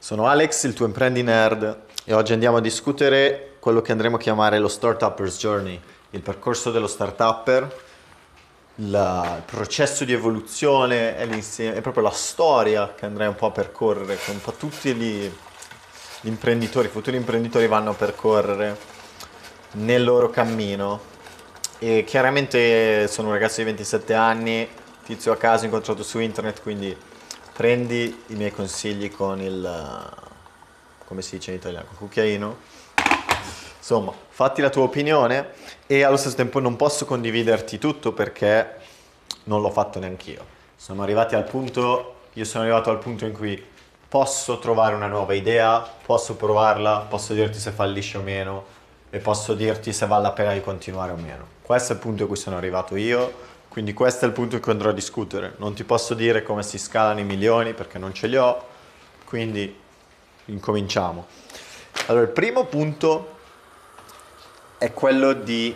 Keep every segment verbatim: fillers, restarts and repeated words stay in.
Sono Alex, il tuo imprendi nerd, e oggi andiamo a discutere quello che andremo a chiamare lo Startupper's Journey, il percorso dello startupper, la- il processo di evoluzione, è, l'insie- è proprio la storia che andrei un po' a percorrere, che un po' tutti gli, gli imprenditori, i futuri imprenditori vanno a percorrere nel loro cammino. E chiaramente sono un ragazzo di ventisette anni, tizio a caso incontrato su internet, quindi prendi i miei consigli con il, eh, come si dice in italiano, con il cucchiaino. Insomma, fatti la tua opinione e allo stesso tempo non posso condividerti tutto perché non l'ho fatto neanch'io. Sono arrivati al punto, io sono arrivato al punto in cui posso trovare una nuova idea, posso provarla, posso dirti se fallisce o meno e posso dirti se vale la pena di continuare o meno. Questo è il punto in cui sono arrivato io, quindi questo è il punto in cui andrò a discutere. Non ti posso dire come si scalano i milioni perché non ce li ho, quindi incominciamo. Allora, il primo punto è quello di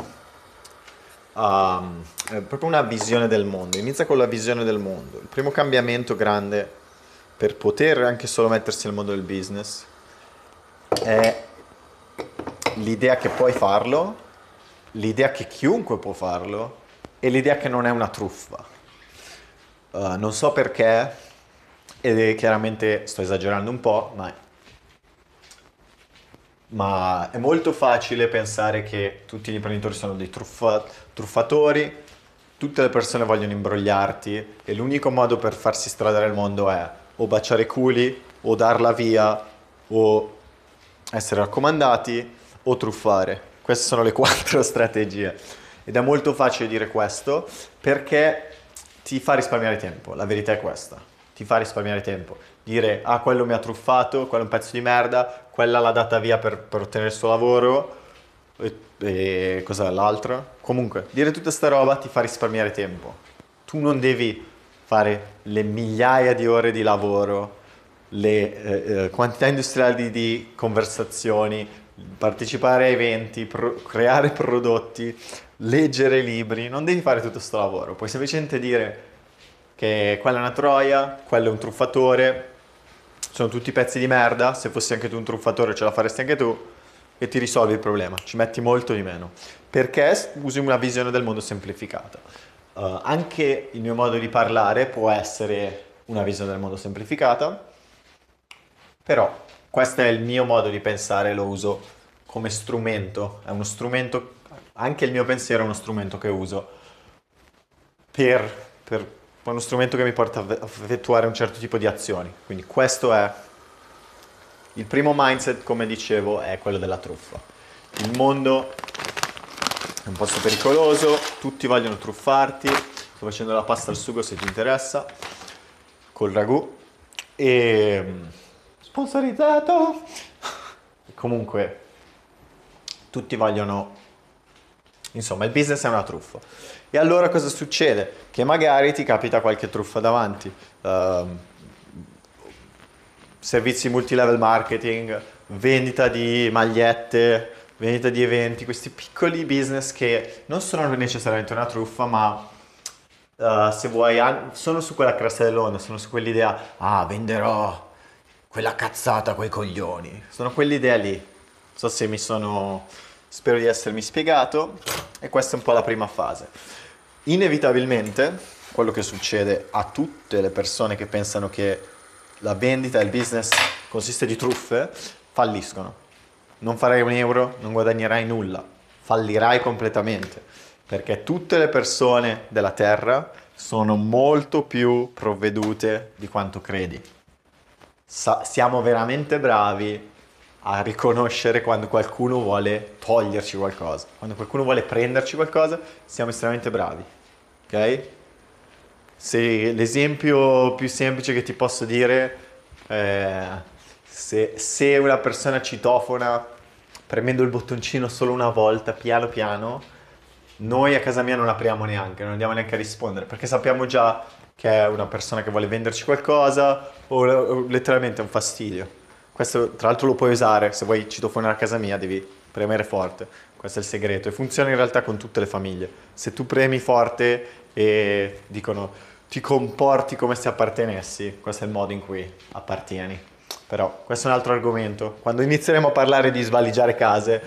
um, è proprio una visione del mondo. Inizia con la visione del mondo. Il primo cambiamento grande per poter anche solo mettersi nel mondo del business è l'idea che puoi farlo, l'idea che chiunque può farlo e l'idea che non è una truffa. Uh, non so perché, ed chiaramente sto esagerando un po', ma ma è molto facile pensare che tutti gli imprenditori sono dei truffa- truffatori, tutte le persone vogliono imbrogliarti e l'unico modo per farsi strada nel mondo è o baciare i culi, o darla via, o essere raccomandati, o truffare. Queste sono le quattro strategie. Ed è molto facile dire questo perché ti fa risparmiare tempo, la verità è questa, ti fa risparmiare tempo. Dire, ah, quello mi ha truffato, quello è un pezzo di merda, quella l'ha data via per, per ottenere il suo lavoro, e, e cos'è l'altra? Comunque, dire tutta sta roba ti fa risparmiare tempo. Tu non devi fare le migliaia di ore di lavoro, le eh, eh, quantità industriali di conversazioni, partecipare a eventi, pro- creare prodotti, leggere libri, non devi fare tutto questo lavoro, puoi semplicemente dire che quella è una troia, quello è un truffatore, sono tutti pezzi di merda, se fossi anche tu un truffatore ce la faresti anche tu e ti risolvi il problema, ci metti molto di meno, perché usi una visione del mondo semplificata. Uh, anche il mio modo di parlare può essere una visione del mondo semplificata, però questo è il mio modo di pensare, lo uso come strumento, è uno strumento, anche il mio pensiero è uno strumento che uso per, per è uno strumento che mi porta a effettuare un certo tipo di azioni. Quindi questo è il primo mindset, come dicevo, è quello della truffa. Il mondo è un posto pericoloso, tutti vogliono truffarti. Sto facendo la pasta al sugo se ti interessa, col ragù. E sponsorizzato. Comunque, tutti vogliono. Insomma, il business è una truffa. E allora cosa succede? Che magari ti capita qualche truffa davanti. Ehm, servizi multilevel marketing, vendita di magliette, vendita di eventi, questi piccoli business che non sono necessariamente una truffa, ma eh, se vuoi, han- sono su quella cresta dell'onda, sono su quell'idea, ah, venderò quella cazzata coi coglioni. Sono quell'idea lì. Non so se mi sono. Spero di essermi spiegato. E questa è un po' la prima fase. Inevitabilmente, quello che succede a tutte le persone che pensano che la vendita e il business consiste di truffe, falliscono. Non farai un euro, non guadagnerai nulla, fallirai completamente, perché tutte le persone della Terra sono molto più provvedute di quanto credi. Sa- siamo veramente bravi a riconoscere quando qualcuno vuole toglierci qualcosa, quando qualcuno vuole prenderci qualcosa, siamo estremamente bravi, ok? Se l'esempio più semplice che ti posso dire è se, se una persona citofona premendo il bottoncino solo una volta, piano piano, noi a casa mia non apriamo neanche, non andiamo neanche a rispondere, perché sappiamo già che è una persona che vuole venderci qualcosa o, o letteralmente è un fastidio. Questo tra l'altro lo puoi usare, se vuoi citofonare a casa mia devi premere forte, questo è il segreto e funziona in realtà con tutte le famiglie. Se tu premi forte e dicono ti comporti come se appartenessi, questo è il modo in cui appartieni. Però questo è un altro argomento. Quando inizieremo a parlare di svaligiare case,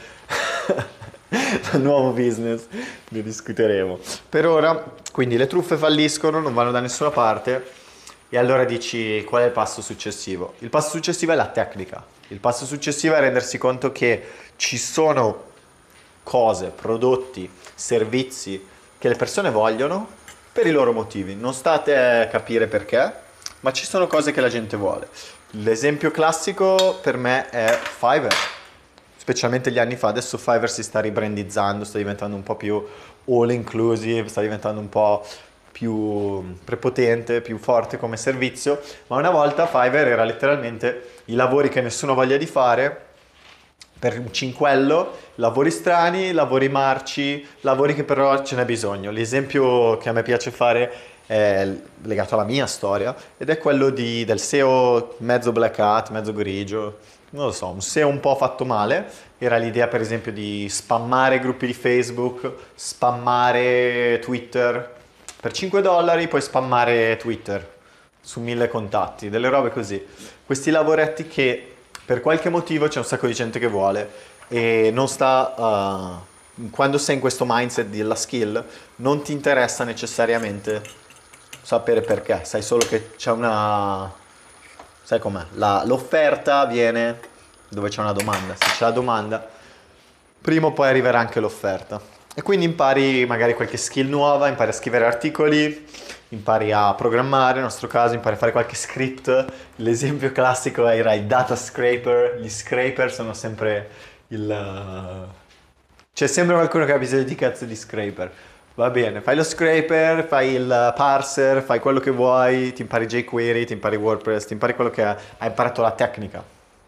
un nuovo business, ne discuteremo. Per ora, quindi le truffe falliscono, non vanno da nessuna parte, e allora dici qual è il passo successivo? Il passo successivo è la tecnica. Il passo successivo è rendersi conto che ci sono cose, prodotti, servizi che le persone vogliono per i loro motivi. Non state a capire perché, ma ci sono cose che la gente vuole. L'esempio classico per me è Fiverr, specialmente gli anni fa. Adesso Fiverr si sta ribrandizzando, sta diventando un po' più all inclusive, sta diventando un po' più prepotente, più forte come servizio, ma una volta Fiverr era letteralmente i lavori che nessuno voglia di fare per un cinquello, lavori strani, lavori marci, lavori che però ce n'è bisogno. L'esempio che a me piace fare è legato alla mia storia ed è quello di, del S E O mezzo black hat, mezzo grigio, non lo so, un S E O un po' fatto male. Era l'idea per esempio di spammare gruppi di Facebook, spammare Twitter. Per cinque dollari puoi spammare Twitter su mille contatti, delle robe così. Questi lavoretti che per qualche motivo c'è un sacco di gente che vuole e non sta... Uh, quando sei in questo mindset della skill non ti interessa necessariamente sapere perché, sai solo che c'è una... sai com'è? La, l'offerta viene dove c'è una domanda, se c'è la domanda prima o poi arriverà anche l'offerta. E quindi impari magari qualche skill nuova, impari a scrivere articoli, impari a programmare, nel nostro caso impari a fare qualche script. L'esempio classico era il data scraper. Gli scraper sono sempre il... c'è sempre qualcuno che ha bisogno di cazzo di scraper. Va bene, fai lo scraper, fai il parser, fai quello che vuoi, ti impari jQuery, ti impari WordPress, ti impari quello che hai imparato la tecnica.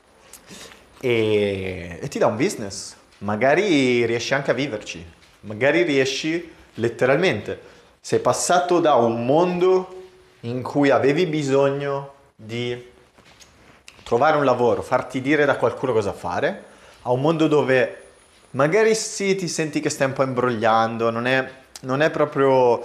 E, e ti dà un business. Magari riesci anche a viverci. Magari riesci letteralmente, sei passato da un mondo in cui avevi bisogno di trovare un lavoro, farti dire da qualcuno cosa fare, a un mondo dove magari sì ti senti che stai un po' imbrogliando, non è, non è proprio,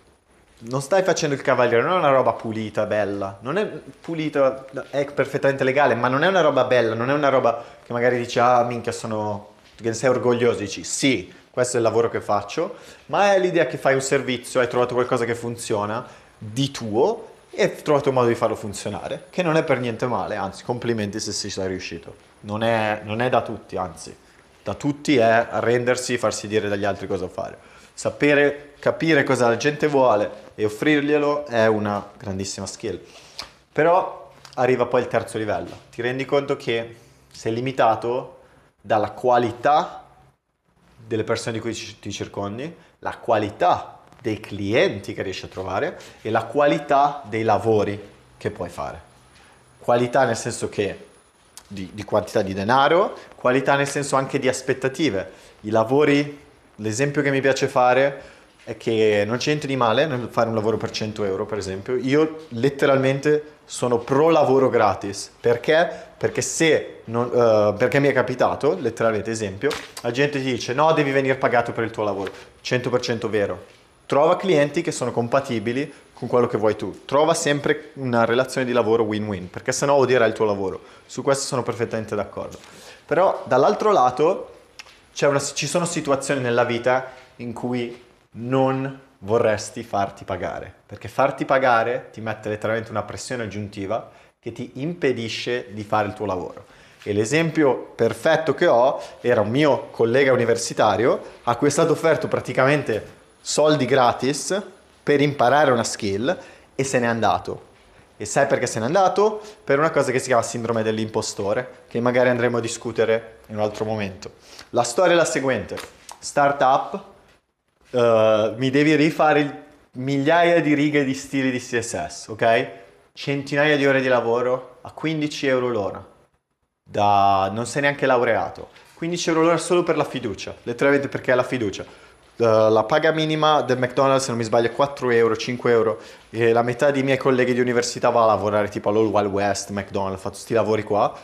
non stai facendo il cavaliere, non è una roba pulita, bella, non è pulita, è perfettamente legale, ma non è una roba bella, non è una roba che magari dici ah minchia sono, che sei orgoglioso, dici sì. Questo è il lavoro che faccio, ma è l'idea che fai un servizio, hai trovato qualcosa che funziona di tuo e hai trovato un modo di farlo funzionare, che non è per niente male, anzi, complimenti se ci sei riuscito. Non è, non è da tutti, anzi, da tutti è arrendersi, farsi dire dagli altri cosa fare. Sapere, capire cosa la gente vuole e offrirglielo è una grandissima skill. Però arriva poi il terzo livello. Ti rendi conto che sei limitato dalla qualità delle persone di cui ti circondi, la qualità dei clienti che riesci a trovare e la qualità dei lavori che puoi fare. Qualità nel senso che di, di quantità di denaro, qualità nel senso anche di aspettative. I lavori, l'esempio che mi piace fare è che non c'è niente di male nel fare un lavoro per cento euro, per esempio. Io letteralmente sono pro lavoro gratis. Perché? Perché se non, uh, perché mi è capitato, letteralmente esempio, la gente ti dice no, devi venire pagato per il tuo lavoro. cento per cento vero. Trova clienti che sono compatibili con quello che vuoi tu. Trova sempre una relazione di lavoro win-win, perché sennò odierai il tuo lavoro. Su questo sono perfettamente d'accordo. Però dall'altro lato c'è una, ci sono situazioni nella vita in cui non vorresti farti pagare, perché farti pagare ti mette letteralmente una pressione aggiuntiva che ti impedisce di fare il tuo lavoro. E l'esempio perfetto che ho era un mio collega universitario a cui è stato offerto praticamente soldi gratis per imparare una skill e se n'è andato. E sai perché se n'è andato? Per una cosa che si chiama sindrome dell'impostore, che magari andremo a discutere in un altro momento. La storia è la seguente: startup, uh, mi devi rifare migliaia di righe di stili di C S S, ok? Centinaia di ore di lavoro a quindici euro l'ora. Da, non sei neanche laureato. quindici euro l'ora solo per la fiducia, letteralmente perché è la fiducia. Uh, la paga minima del McDonald's, se non mi sbaglio, è quattro euro, cinque euro, e la metà dei miei colleghi di università va a lavorare tipo all'All Wild West, McDonald's, fa tutti questi lavori qua.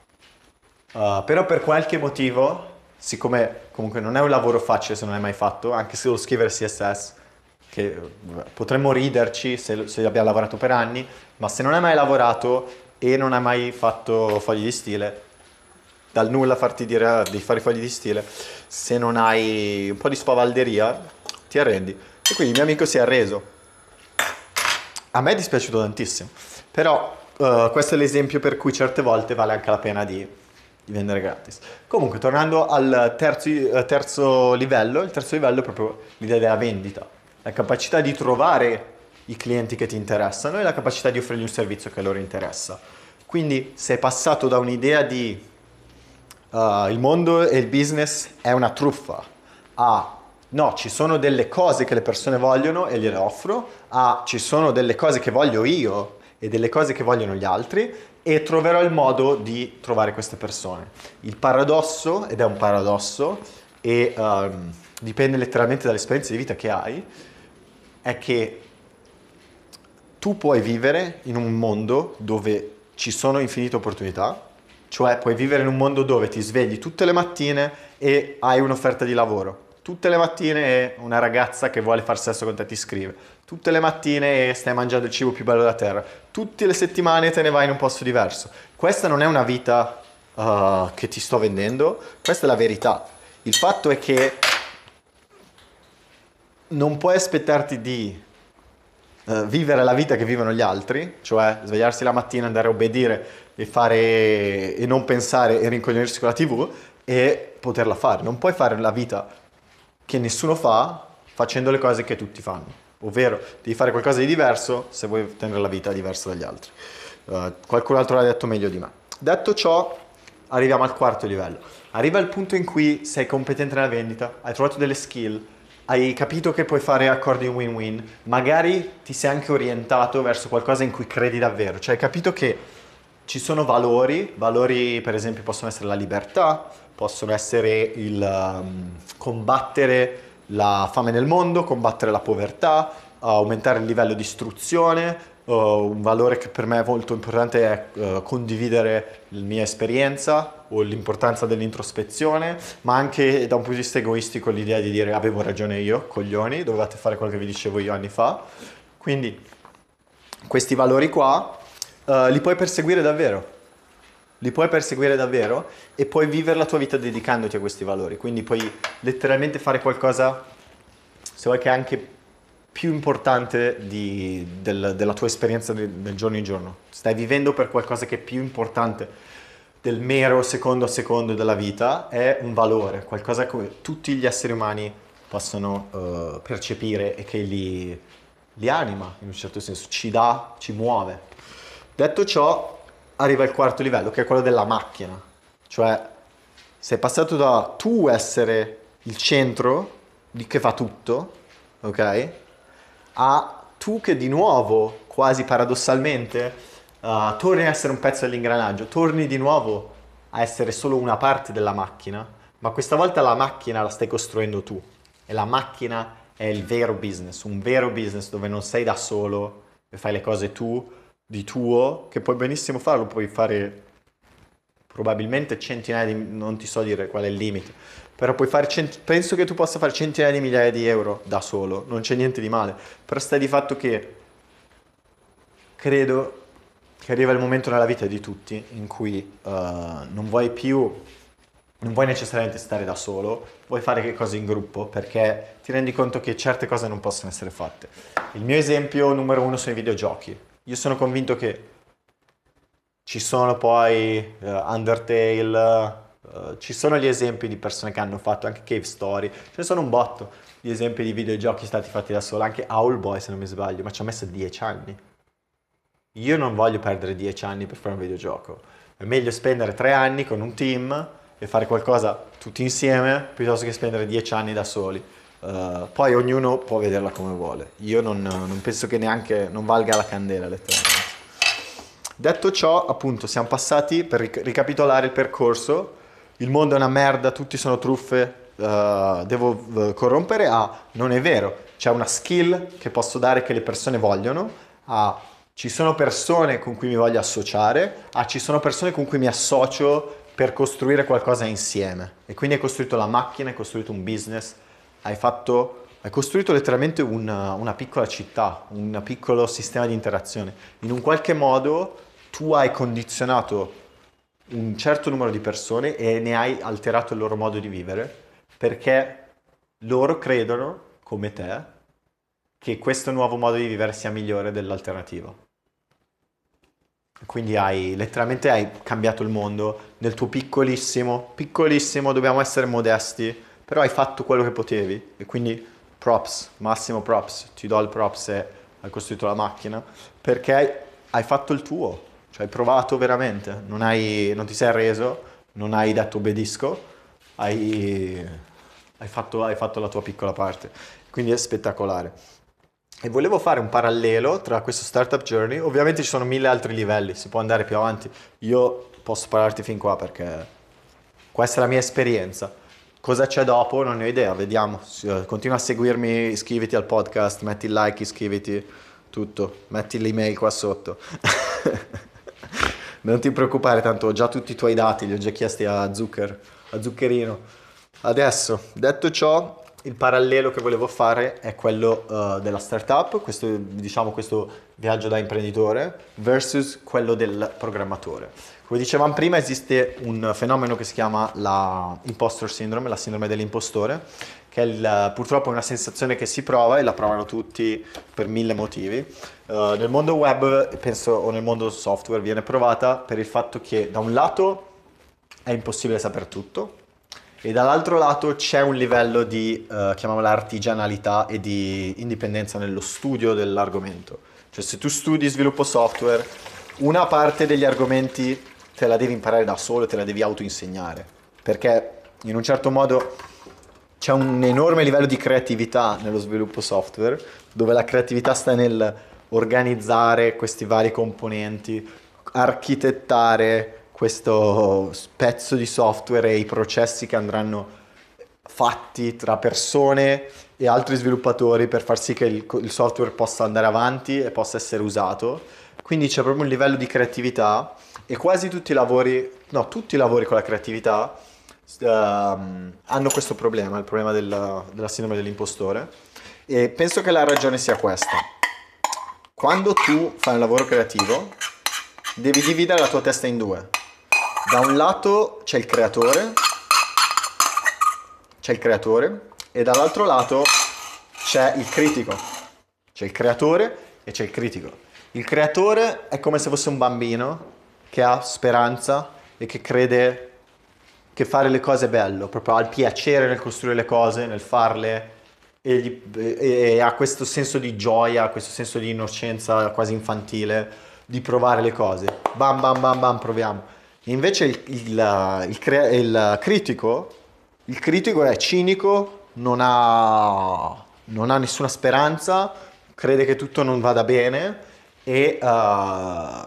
Uh, però per qualche motivo, siccome comunque non è un lavoro facile se non l'hai mai fatto, anche se lo scrivere C S S, che potremmo riderci se, se abbiamo lavorato per anni, ma se non hai mai lavorato e non hai mai fatto fogli di stile, dal nulla farti dire di fare i fogli di stile, se non hai un po' di spavalderia ti arrendi. E quindi il mio amico si è arreso. A me è dispiaciuto tantissimo, però uh, questo è l'esempio per cui certe volte vale anche la pena di, di vendere gratis. Comunque, tornando al terzo, uh, terzo livello, il terzo livello è proprio l'idea della vendita, la capacità di trovare i clienti che ti interessano e la capacità di offrirgli un servizio che a loro interessa. Quindi sei passato da un'idea di uh, il mondo e il business è una truffa a no, ci sono delle cose che le persone vogliono e gliele offro, a ci sono delle cose che voglio io e delle cose che vogliono gli altri e troverò il modo di trovare queste persone. Il paradosso, ed è un paradosso, e um, dipende letteralmente dall'esperienza di vita che hai, è che tu puoi vivere in un mondo dove ci sono infinite opportunità, cioè puoi vivere in un mondo dove ti svegli tutte le mattine e hai un'offerta di lavoro. Tutte le mattine una ragazza che vuole far sesso con te ti scrive. Tutte le mattine stai mangiando il cibo più bello della terra. Tutte le settimane te ne vai in un posto diverso. Questa non è una vita uh, che ti sto vendendo, questa è la verità. Il fatto è che non puoi aspettarti di uh, vivere la vita che vivono gli altri, cioè svegliarsi la mattina, andare a obbedire e, fare, e non pensare e rincoglionirsi con la tivù e poterla fare. Non puoi fare la vita che nessuno fa facendo le cose che tutti fanno, ovvero devi fare qualcosa di diverso se vuoi ottenere la vita diversa dagli altri. Uh, qualcun altro l'ha detto meglio di me. Detto ciò, arriviamo al quarto livello. Arriva il punto in cui sei competente nella vendita, hai trovato delle skill, hai capito che puoi fare accordi win-win, magari ti sei anche orientato verso qualcosa in cui credi davvero, cioè hai capito che ci sono valori, valori per esempio possono essere la libertà, possono essere il um, combattere la fame nel mondo, combattere la povertà, uh, aumentare il livello di istruzione, uh, un valore che per me è molto importante è uh, condividere la mia esperienza o l'importanza dell'introspezione, ma anche da un punto di vista egoistico l'idea di dire avevo ragione io, coglioni, dovevate fare quello che vi dicevo io anni fa. Quindi questi valori qua uh, li puoi perseguire davvero. Li puoi perseguire davvero e puoi vivere la tua vita dedicandoti a questi valori. Quindi puoi letteralmente fare qualcosa, se vuoi, che è anche più importante di, del, della tua esperienza del, del giorno in giorno. Stai vivendo per qualcosa che è più importante del mero secondo a secondo della vita, è un valore, qualcosa che tutti gli esseri umani possono uh, percepire e che li, li anima in un certo senso, ci dà, ci muove. Detto ciò, arriva il quarto livello, che è quello della macchina. Cioè, sei passato da tu essere il centro di che fa tutto, ok? A tu che di nuovo, quasi paradossalmente, uh, torni a essere un pezzo dell'ingranaggio, torni di nuovo a essere solo una parte della macchina, ma questa volta la macchina la stai costruendo tu. E la macchina è il vero business, un vero business dove non sei da solo e fai le cose tu, di tuo, che puoi benissimo farlo, puoi fare probabilmente centinaia di, non ti so dire qual è il limite, però puoi fare, cent, penso che tu possa fare centinaia di migliaia di euro da solo, non c'è niente di male, però stai di fatto che credo che arriva il momento nella vita di tutti in cui uh, non vuoi più, non vuoi necessariamente stare da solo, vuoi fare che cose in gruppo perché ti rendi conto che certe cose non possono essere fatte. Il mio esempio numero uno sono i videogiochi. Io sono convinto che ci sono poi uh, Undertale, uh, ci sono gli esempi di persone che hanno fatto anche Cave Story, ce ne sono un botto di esempi di videogiochi stati fatti da solo, anche Owlboy se non mi sbaglio, ma ci ha messo dieci anni. Io non voglio perdere dieci anni per fare un videogioco, è meglio spendere tre anni con un team e fare qualcosa tutti insieme piuttosto che spendere dieci anni da soli. Uh, poi ognuno può vederla come vuole. Io non, non penso che neanche non valga la candela letteralmente. Detto ciò, appunto, siamo passati, per ric- ricapitolare il percorso, il mondo è una merda, tutti sono truffe, uh, devo uh, corrompere, a non è vero, c'è una skill che posso dare che le persone vogliono, a ci sono persone con cui mi voglio associare, a ci sono persone con cui mi associo per costruire qualcosa insieme. E quindi hai costruito la macchina, hai costruito un business, hai fatto, hai costruito letteralmente una, una piccola città, un piccolo sistema di interazione. In un qualche modo tu hai condizionato un certo numero di persone e ne hai alterato il loro modo di vivere perché loro credono, come te, che questo nuovo modo di vivere sia migliore dell'alternativa. Quindi hai letteralmente hai cambiato il mondo nel tuo piccolissimo, piccolissimo, dobbiamo essere modesti, però hai fatto quello che potevi e quindi props, massimo props, ti do il props se hai costruito la macchina, perché hai fatto il tuo, cioè hai provato veramente, non, hai, non ti sei arreso, non hai detto obbedisco, hai, hai fatto, hai fatto la tua piccola parte, quindi è spettacolare. E volevo fare un parallelo tra questo startup journey, ovviamente ci sono mille altri livelli, si può andare più avanti, io posso parlarti fin qua perché questa è la mia esperienza. Cosa c'è dopo? Non ne ho idea, vediamo. S- Continua a seguirmi, iscriviti al podcast, metti il like, iscriviti, tutto. Metti l'email qua sotto. Non ti preoccupare, tanto ho già tutti i tuoi dati, li ho già chiesti a Zucker, a Zuccherino. Adesso, detto ciò, il parallelo che volevo fare è quello eh, della startup, questo, diciamo questo viaggio da imprenditore, versus quello del programmatore. Come dicevamo prima, esiste un fenomeno che si chiama la impostor syndrome, la sindrome dell'impostore, che è il- purtroppo è una sensazione che si prova e la provano tutti per mille motivi. Eh, nel mondo web, penso, o nel mondo software, viene provata per il fatto che da un lato è impossibile sapere tutto e dall'altro lato c'è un livello di, eh, chiamiamola artigianalità e di indipendenza nello studio dell'argomento. Cioè se tu studi sviluppo software, una parte degli argomenti te la devi imparare da solo, te la devi autoinsegnare, perché in un certo modo c'è un enorme livello di creatività nello sviluppo software, dove la creatività sta nel organizzare questi vari componenti, architettare questo pezzo di software e i processi che andranno fatti tra persone e altri sviluppatori per far sì che il, il software possa andare avanti e possa essere usato. Quindi c'è proprio un livello di creatività e quasi tutti i lavori, no, tutti i lavori con la creatività ehm, hanno questo problema, il problema della, della sindrome dell'impostore. E penso che la ragione sia questa. Quando tu fai un lavoro creativo, devi dividere la tua testa in due. Da un lato c'è il creatore, c'è il creatore, e dall'altro lato c'è il critico. C'è il creatore e c'è il critico. Il creatore è come se fosse un bambino che ha speranza e che crede che fare le cose è bello, proprio ha il piacere nel costruire le cose, nel farle e, gli- e- e ha questo senso di gioia, questo senso di innocenza quasi infantile di provare le cose. Bam bam bam bam, proviamo. Invece il, il- il crea- il critico, il critico è cinico, non ha, non ha nessuna speranza, crede che tutto non vada bene e, eh,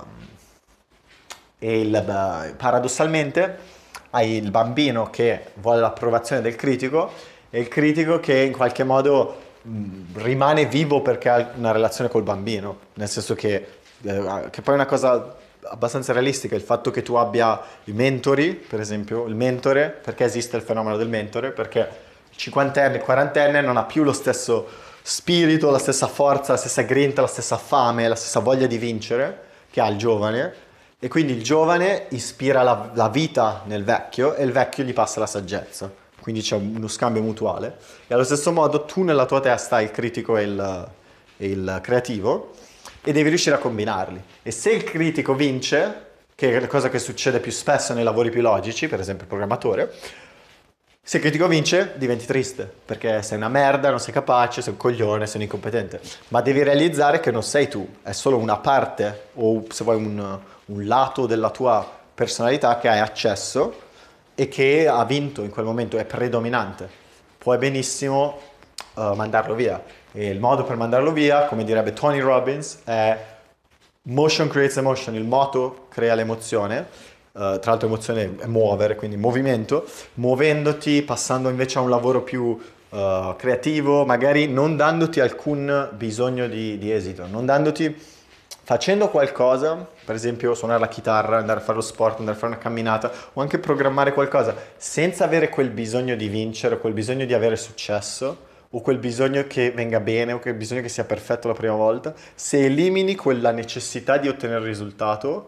e il- beh, paradossalmente hai il bambino che vuole l'approvazione del critico e il critico che in qualche modo mh, rimane vivo perché ha una relazione col bambino, nel senso che, eh, che poi è una cosa abbastanza realistica, il fatto che tu abbia i mentori, per esempio, il mentore, perché esiste il fenomeno del mentore? Perché il cinquantenne, il quarantenne non ha più lo stesso spirito, la stessa forza, la stessa grinta, la stessa fame, la stessa voglia di vincere che ha il giovane e quindi il giovane ispira la, la vita nel vecchio e il vecchio gli passa la saggezza. Quindi c'è uno scambio mutuale. E allo stesso modo tu nella tua testa hai il critico e il, e il creativo e devi riuscire a combinarli. E se il critico vince, che è la cosa che succede più spesso nei lavori più logici, per esempio il programmatore, se il critico vince diventi triste perché sei una merda, non sei capace, sei un coglione, sei un incompetente. Ma devi realizzare che non sei tu, è solo una parte o se vuoi un, un lato della tua personalità che hai accesso e che ha vinto in quel momento, è predominante. Puoi benissimo eh, mandarlo via. E il modo per mandarlo via, come direbbe Tony Robbins, è motion creates emotion, il moto crea l'emozione. Uh, tra l'altro emozione è muovere, quindi movimento, muovendoti, passando invece a un lavoro più uh, creativo, magari non dandoti alcun bisogno di, di esito, non dandoti, facendo qualcosa, per esempio suonare la chitarra, andare a fare lo sport, andare a fare una camminata o anche programmare qualcosa, senza avere quel bisogno di vincere, quel bisogno di avere successo o quel bisogno che venga bene o quel bisogno che sia perfetto la prima volta, se elimini quella necessità di ottenere il risultato,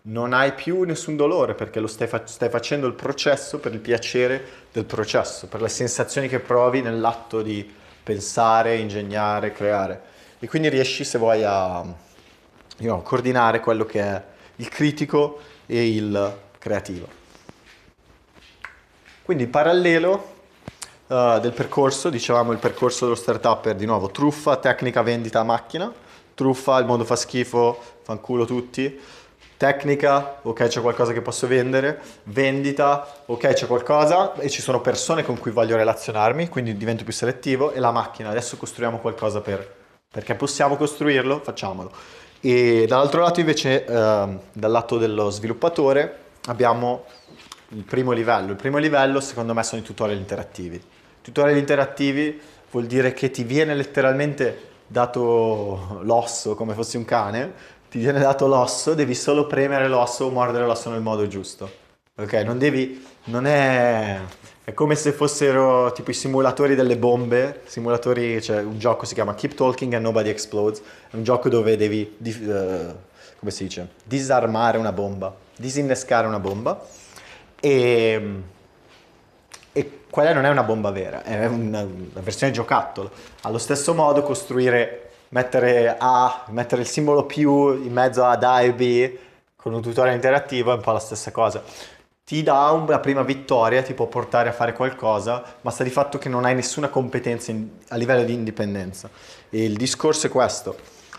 non hai più nessun dolore perché lo stai, fa- stai facendo il processo per il piacere del processo, per le sensazioni che provi nell'atto di pensare, ingegnare, creare. E quindi riesci, se vuoi, a you know, coordinare quello che è il critico e il creativo. Quindi il parallelo uh, del percorso, dicevamo il percorso dello startupper, di nuovo, truffa, tecnica, vendita, macchina, truffa, il mondo fa schifo, fanculo tutti, tecnica, ok c'è qualcosa che posso vendere, vendita, ok c'è qualcosa e ci sono persone con cui voglio relazionarmi, quindi divento più selettivo, e la macchina, adesso costruiamo qualcosa per, perché possiamo costruirlo, facciamolo. E dall'altro lato invece, ehm, dal lato dello sviluppatore, abbiamo il primo livello. Il primo livello secondo me sono i tutorial interattivi. Tutorial interattivi vuol dire che ti viene letteralmente dato l'osso come fossi un cane, ti viene dato l'osso, devi solo premere l'osso o mordere l'osso nel modo giusto. Ok, non devi, non è, è come se fossero tipo i simulatori delle bombe, simulatori, c'è un gioco si chiama Keep Talking and Nobody Explodes, è un gioco dove devi, di- eh, come si dice, disarmare una bomba, disinnescare una bomba e, e quella non è una bomba vera, è una, una versione giocattolo. Allo stesso modo costruire, mettere A, mettere il simbolo più in mezzo ad A e B con un tutorial interattivo è un po' la stessa cosa. Ti dà una prima vittoria, ti può portare a fare qualcosa, ma sta di fatto che non hai nessuna competenza in- a livello di indipendenza. E il discorso è questo.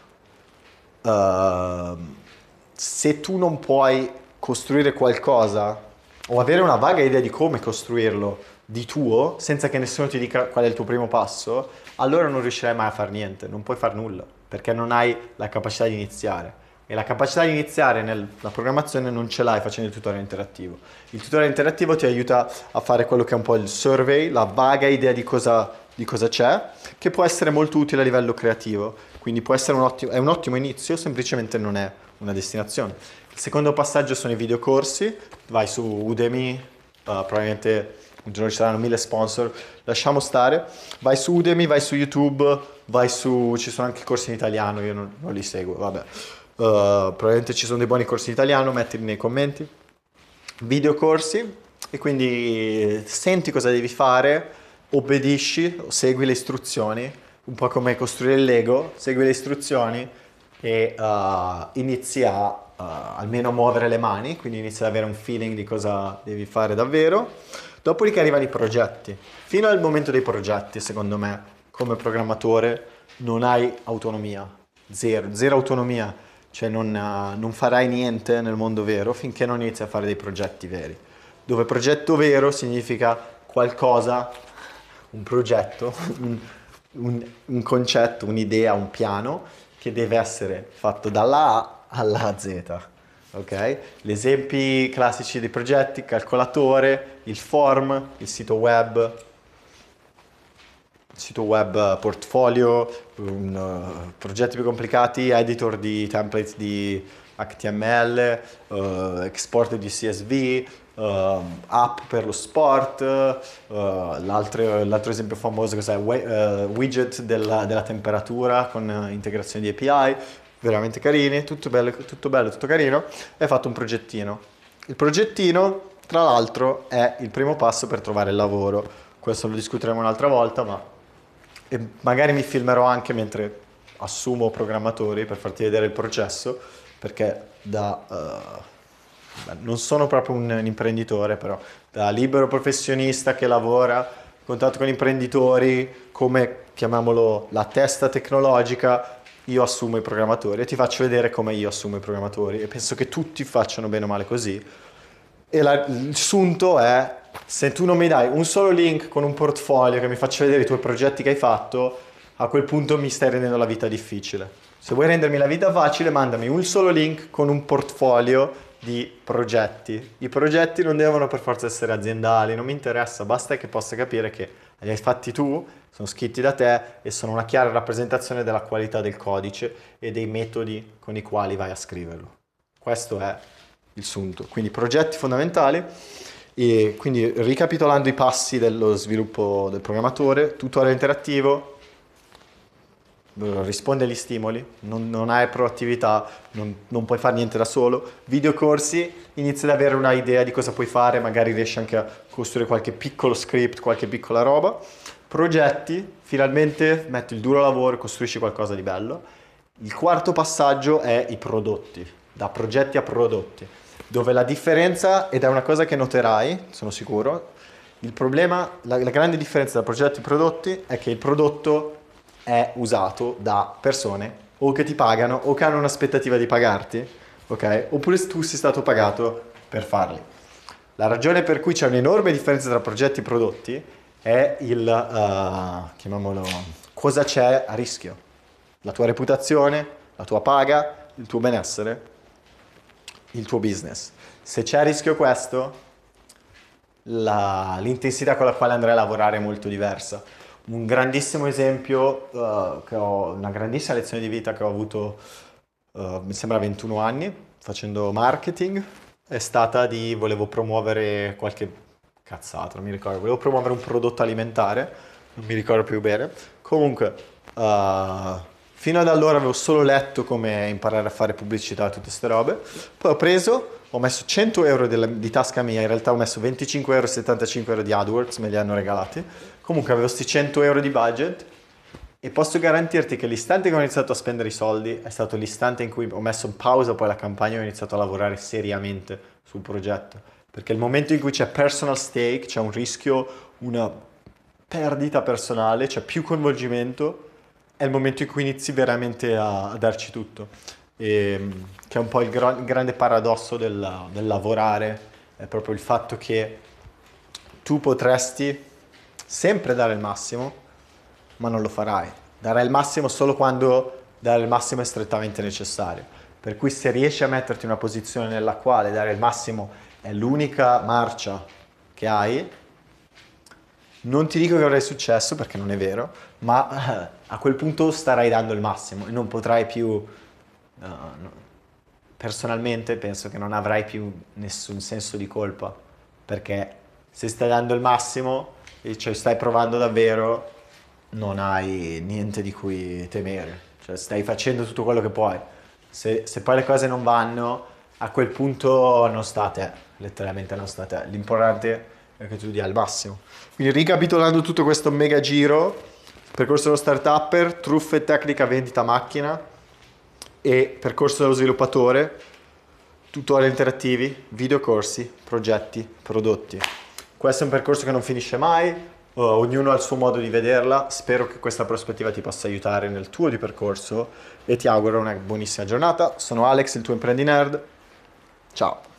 Ehm, Se tu non puoi costruire qualcosa o avere una vaga idea di come costruirlo di tuo, senza che nessuno ti dica qual è il tuo primo passo, allora non riuscirai mai a fare niente, non puoi fare nulla, perché non hai la capacità di iniziare. E la capacità di iniziare nella programmazione non ce l'hai facendo il tutorial interattivo. Il tutorial interattivo ti aiuta a fare quello che è un po' il survey, la vaga idea di cosa, di cosa c'è, che può essere molto utile a livello creativo. Quindi può essere un ottimo, è un ottimo inizio, semplicemente non è una destinazione. Il secondo passaggio sono i videocorsi, vai su Udemy, uh, probabilmente un giorno ci saranno mille sponsor, lasciamo stare, vai su Udemy, vai su YouTube, vai su, ci sono anche corsi in italiano, io non, non li seguo, vabbè. Uh, probabilmente ci sono dei buoni corsi in italiano, mettili nei commenti. Videocorsi, e quindi senti cosa devi fare, obbedisci, segui le istruzioni, un po' come costruire il Lego, segui le istruzioni e uh, inizi a uh, almeno muovere le mani, quindi inizi ad avere un feeling di cosa devi fare davvero. Dopodiché arrivano i progetti. Fino al momento dei progetti, secondo me, come programmatore, non hai autonomia, zero, zero autonomia, cioè non, uh, non farai niente nel mondo vero finché non inizi a fare dei progetti veri. Dove progetto vero significa qualcosa, un progetto, un, un, un concetto, un'idea, un piano che deve essere fatto dalla A alla Z. Ok? Gli esempi classici dei progetti: calcolatore, il form, il sito web, il sito web portfolio, un, uh, progetti più complicati, editor di templates di H T M L, uh, export di C S V, uh, app per lo sport, uh, l'altro, l'altro esempio famoso cos'è? Uh, widget della, della temperatura con uh, integrazione di A P I, veramente carini, tutto bello, tutto bello, tutto carino, e hai fatto un progettino. Il progettino, tra l'altro, è il primo passo per trovare il lavoro. Questo lo discuteremo un'altra volta, ma e magari mi filmerò anche mentre assumo programmatori per farti vedere il processo, perché da, uh, non sono proprio un, un imprenditore, però da libero professionista che lavora a contatto con imprenditori, come chiamiamolo la testa tecnologica, io assumo i programmatori e ti faccio vedere come io assumo i programmatori, e penso che tutti facciano bene o male così. E la- il sunto è: se tu non mi dai un solo link con un portfolio che mi faccia vedere i tuoi progetti che hai fatto, a quel punto mi stai rendendo la vita difficile. Se vuoi rendermi la vita facile, mandami un solo link con un portfolio di progetti. I progetti non devono per forza essere aziendali, non mi interessa, basta che possa capire che li hai fatti tu, sono scritti da te e sono una chiara rappresentazione della qualità del codice e dei metodi con i quali vai a scriverlo. Questo è il sunto. Quindi progetti fondamentali. E quindi, ricapitolando i passi dello sviluppo del programmatore: tutorial interattivo, risponde agli stimoli, non, non hai proattività, non, non puoi fare niente da solo. Videocorsi, inizi ad avere una idea di cosa puoi fare, magari riesci anche a costruire qualche piccolo script, qualche piccola roba. Progetti, finalmente metti il duro lavoro e costruisci qualcosa di bello. Il quarto passaggio è i prodotti, da progetti a prodotti, dove la differenza, ed è una cosa che noterai, sono sicuro, il problema, la, la grande differenza tra progetti e prodotti è che il prodotto è usato da persone o che ti pagano o che hanno un'aspettativa di pagarti, ok? Oppure tu sei stato pagato per farli. La ragione per cui c'è un'enorme differenza tra progetti e prodotti è il, uh, chiamiamolo, cosa c'è a rischio. La tua reputazione, la tua paga, il tuo benessere, il tuo business. Se c'è a rischio questo, la, l'intensità con la quale andrai a lavorare è molto diversa. Un grandissimo esempio, uh, che ho, una grandissima lezione di vita che ho avuto, uh, mi sembra ventuno anni, facendo marketing, è stata di, volevo promuovere qualche cazzata, non mi ricordo, volevo promuovere un prodotto alimentare, non mi ricordo più bene. Comunque, uh, fino ad allora avevo solo letto come imparare a fare pubblicità e tutte queste robe, poi ho preso, ho messo cento euro della, di tasca mia, in realtà ho messo venticinque euro e settantacinque euro di AdWords, me li hanno regalati. Comunque avevo questi cento euro di budget e posso garantirti che l'istante che ho iniziato a spendere i soldi è stato l'istante in cui ho messo in pausa poi la campagna e ho iniziato a lavorare seriamente sul progetto. Perché il momento in cui c'è personal stake, c'è un rischio, una perdita personale, c'è più coinvolgimento, è il momento in cui inizi veramente a, a darci tutto. E, che è un po' il, gra- il grande paradosso del, del lavorare, è proprio il fatto che tu potresti sempre dare il massimo, ma non lo farai. Darai il massimo solo quando dare il massimo è strettamente necessario. Per cui se riesci a metterti in una posizione nella quale dare il massimo è l'unica marcia che hai, non ti dico che avrai successo perché non è vero, ma a quel punto starai dando il massimo e non potrai più... Uh, no. Personalmente penso che non avrai più nessun senso di colpa, perché se stai dando il massimo e cioè stai provando davvero, non hai niente di cui temere, cioè stai facendo tutto quello che puoi. Se, se poi le cose non vanno, a quel punto non sta a te, letteralmente non sta a te. L'importante è che tu dia il massimo. Quindi ricapitolando tutto questo mega giro, percorso dello startupper, truffe, tecnica, vendita, macchina, e percorso dello sviluppatore, tutorial interattivi, videocorsi, progetti, prodotti. Questo è un percorso che non finisce mai, uh, ognuno ha il suo modo di vederla, spero che questa prospettiva ti possa aiutare nel tuo di percorso e ti auguro una buonissima giornata. Sono Alex, il tuo Imprendi Nerd, ciao!